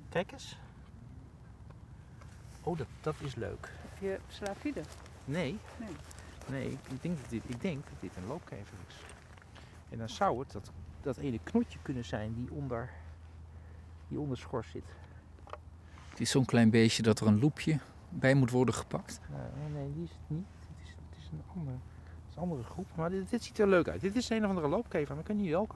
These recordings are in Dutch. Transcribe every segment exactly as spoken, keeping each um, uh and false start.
Kijk eens. Oh, dat, dat is leuk. Heb je slapide? Nee. Nee. Nee, ik, ik, denk dat dit, ik denk dat dit een loopkever is. En dan zou het dat, dat ene knotje kunnen zijn die onder, die onder schors zit. Het is zo'n klein beestje dat er een loepje bij moet worden gepakt. Uh, nee, nee, die is het niet. Het is, het is, een, andere, het is een andere groep. Maar dit, dit ziet er leuk uit. Dit is een of andere loopkever, maar ik weet niet welke.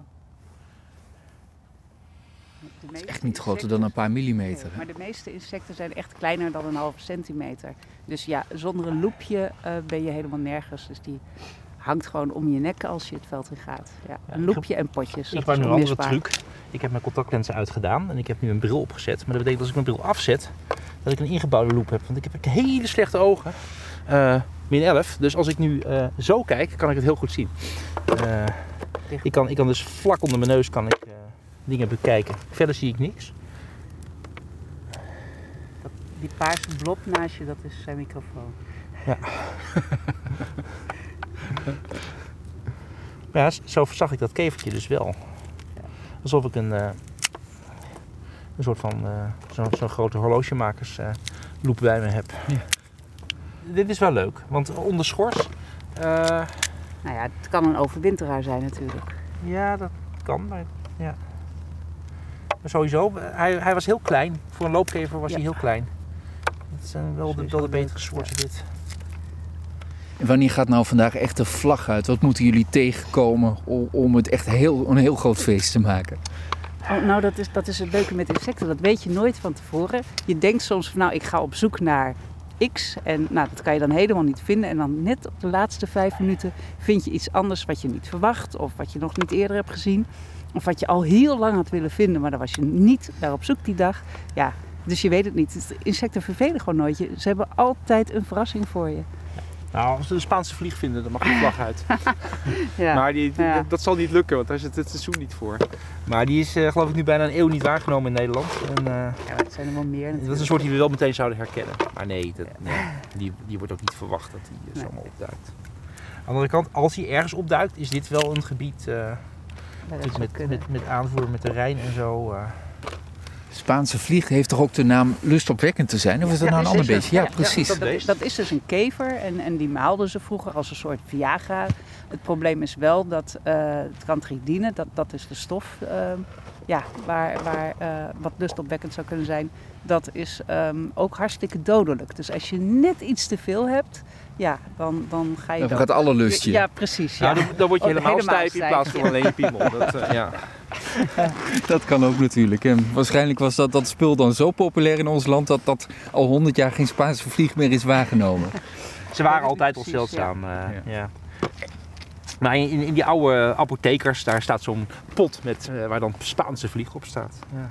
Het is echt niet groter dan een paar millimeter. Nee, maar de meeste insecten zijn echt kleiner dan een halve centimeter. Dus ja, zonder een loepje uh, ben je helemaal nergens. Dus die hangt gewoon om je nek als je het veld in gaat. Ja, ja, een loepje en potjes. Ik heb nu een andere truc. Ik heb mijn contactlenzen uitgedaan en ik heb nu een bril opgezet. Maar dat betekent als ik mijn bril afzet, dat ik een ingebouwde loop heb. Want ik heb hele slechte ogen. Uh, min elf. Dus als ik nu uh, zo kijk, kan ik het heel goed zien. Uh, ik, kan, ik kan dus vlak onder mijn neus kan ik, uh, dingen bekijken. Verder zie ik niks. Dat, die paarse blob naast je, dat is zijn microfoon. Ja. Ja, zo zag ik dat kevertje dus wel. Alsof ik een, uh, een soort van uh, zo'n zo grote horlogemakers uh, loop bij me heb. Ja. Dit is wel leuk, want onder schors... Uh, nou ja, het kan een overwinteraar zijn natuurlijk. Ja, dat kan, maar ja. Maar sowieso, hij, hij was heel klein. Voor een loopkever was ja. hij heel klein. Het zijn wel de, wel de betere soorten ja. dit. En wanneer gaat nou vandaag echt de vlag uit? Wat moeten jullie tegenkomen om, om het echt heel, een heel groot feest te maken? Oh, nou, dat is, dat is het leuke met insecten. Dat weet je nooit van tevoren. Je denkt soms van, nou, ik ga op zoek naar X. En nou, dat kan je dan helemaal niet vinden. En dan net op de laatste vijf minuten vind je iets anders wat je niet verwacht. Of wat je nog niet eerder hebt gezien. Of wat je al heel lang had willen vinden, maar daar was je niet naar op zoek die dag. Ja, dus je weet het niet. Insecten vervelen gewoon nooit. Ze hebben altijd een verrassing voor je. Nou, als we de Spaanse vlieg vinden, dan mag de vlag uit. Ja. Maar die, die, ja. dat zal niet lukken, want daar zit het seizoen niet voor. Maar die is uh, geloof ik nu bijna een eeuw niet waargenomen in Nederland. En, uh, ja, dat zijn er wel meer natuurlijk. Dat is een soort die we wel meteen zouden herkennen. Maar nee, dat, nee die, die wordt ook niet verwacht dat die uh, nee. zomaar opduikt. Aan de andere kant, als hij ergens opduikt, is dit wel een gebied uh, met, met, met, met aanvoer met de Rijn en zo. Uh, Spaanse vlieg heeft toch ook de naam lustopwekkend te zijn? Of is dat ja, nou een ander beestje? Ja, ja, precies. Ja, dat, dat is dus een kever en, en die maalden ze vroeger als een soort Viagra. Het probleem is wel dat uh, het cantridine, dat, dat is de stof uh, ja, waar, waar uh, wat lustopwekkend zou kunnen zijn, dat is um, ook hartstikke dodelijk. Dus als je net iets te veel hebt, ja, dan, dan ga je... Dan gaat alle lustje. Ja, precies. Ja. Ja, dan, dan word je helemaal, helemaal stijf in plaats van alleen je piemel. Dat, uh, ja. Dat kan ook natuurlijk. En waarschijnlijk was dat, dat spul dan zo populair in ons land dat dat al honderd jaar geen Spaanse vlieg meer is waargenomen. Ze waren altijd al zeldzaam. Uh, ja. Ja. Maar in, in die oude apothekers, daar staat zo'n pot met, uh, waar dan Spaanse vlieg op staat. Ja.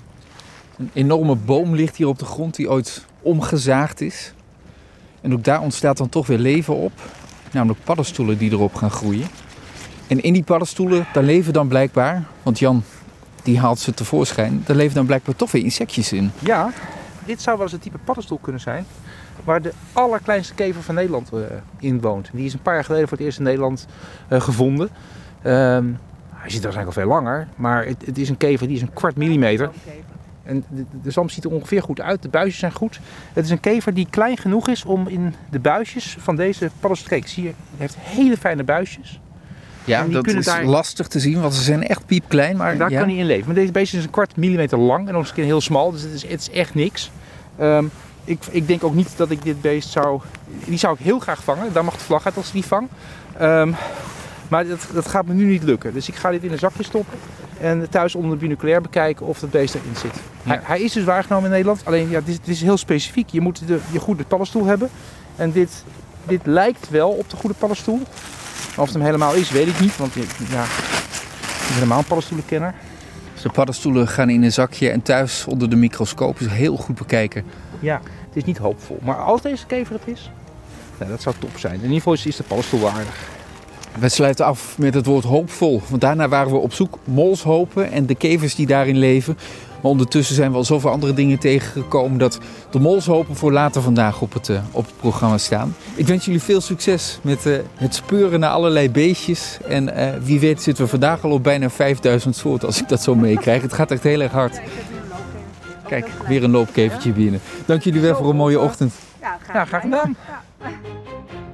Een enorme boom ligt hier op de grond die ooit omgezaagd is. En ook daar ontstaat dan toch weer leven op. Namelijk paddenstoelen die erop gaan groeien. En in die paddenstoelen, daar leven dan blijkbaar, want Jan die haalt ze tevoorschijn, daar leven dan blijkbaar toch weer insectjes in. Ja, dit zou wel eens een type paddenstoel kunnen zijn waar de allerkleinste kever van Nederland uh, in woont. Die is een paar jaar geleden voor het eerst in Nederland uh, gevonden. Um, hij zit waarschijnlijk al veel langer, maar het, het is een kever die is een kwart millimeter. En de, de zalm ziet er ongeveer goed uit, de buisjes zijn goed. Het is een kever die klein genoeg is om in de buisjes van deze paddenstoel, kijk, zie je, hij heeft hele fijne buisjes. Ja, dat is daar... lastig te zien, want ze zijn echt piepklein. Maar daar ja. kan hij in leven. Maar deze beestje is een kwart millimeter lang en nog eens een keer heel smal, dus het is, het is echt niks. Um, ik, ik denk ook niet dat ik dit beest zou... Die zou ik heel graag vangen, daar mag de vlag uit als ik die vang. Um, maar dat, dat gaat me nu niet lukken. Dus ik ga dit in een zakje stoppen en thuis onder de binoculair bekijken of dat beest erin zit. Ja. Hij, hij is dus waargenomen in Nederland, alleen ja, het, is, het is heel specifiek. Je moet de, je goede paddenstoel hebben. En dit, dit lijkt wel op de goede paddenstoel. Maar of het hem helemaal is, weet ik niet, want ja, ik ben helemaal een paddenstoelenkenner. Dus de paddenstoelen gaan in een zakje en thuis onder de microscoop is heel goed bekijken. Ja, het is niet hoopvol. Maar als deze kever het is, nou, dat zou top zijn. In ieder geval is, is de paddenstoel wel aardig. We sluiten af met het woord hoopvol. Want daarna waren we op zoek molshopen en de kevers die daarin leven. Maar ondertussen zijn we al zoveel andere dingen tegengekomen dat de molshopen voor later vandaag op het, uh, op het programma staan. Ik wens jullie veel succes met uh, het speuren naar allerlei beestjes. En uh, wie weet zitten we vandaag al op bijna vijfduizend soorten als ik dat zo meekrijg. Het gaat echt heel erg hard. Kijk, weer een loopkevertje binnen. Dank jullie wel voor een mooie ochtend. Ja, graag, Ja, graag gedaan. Ja.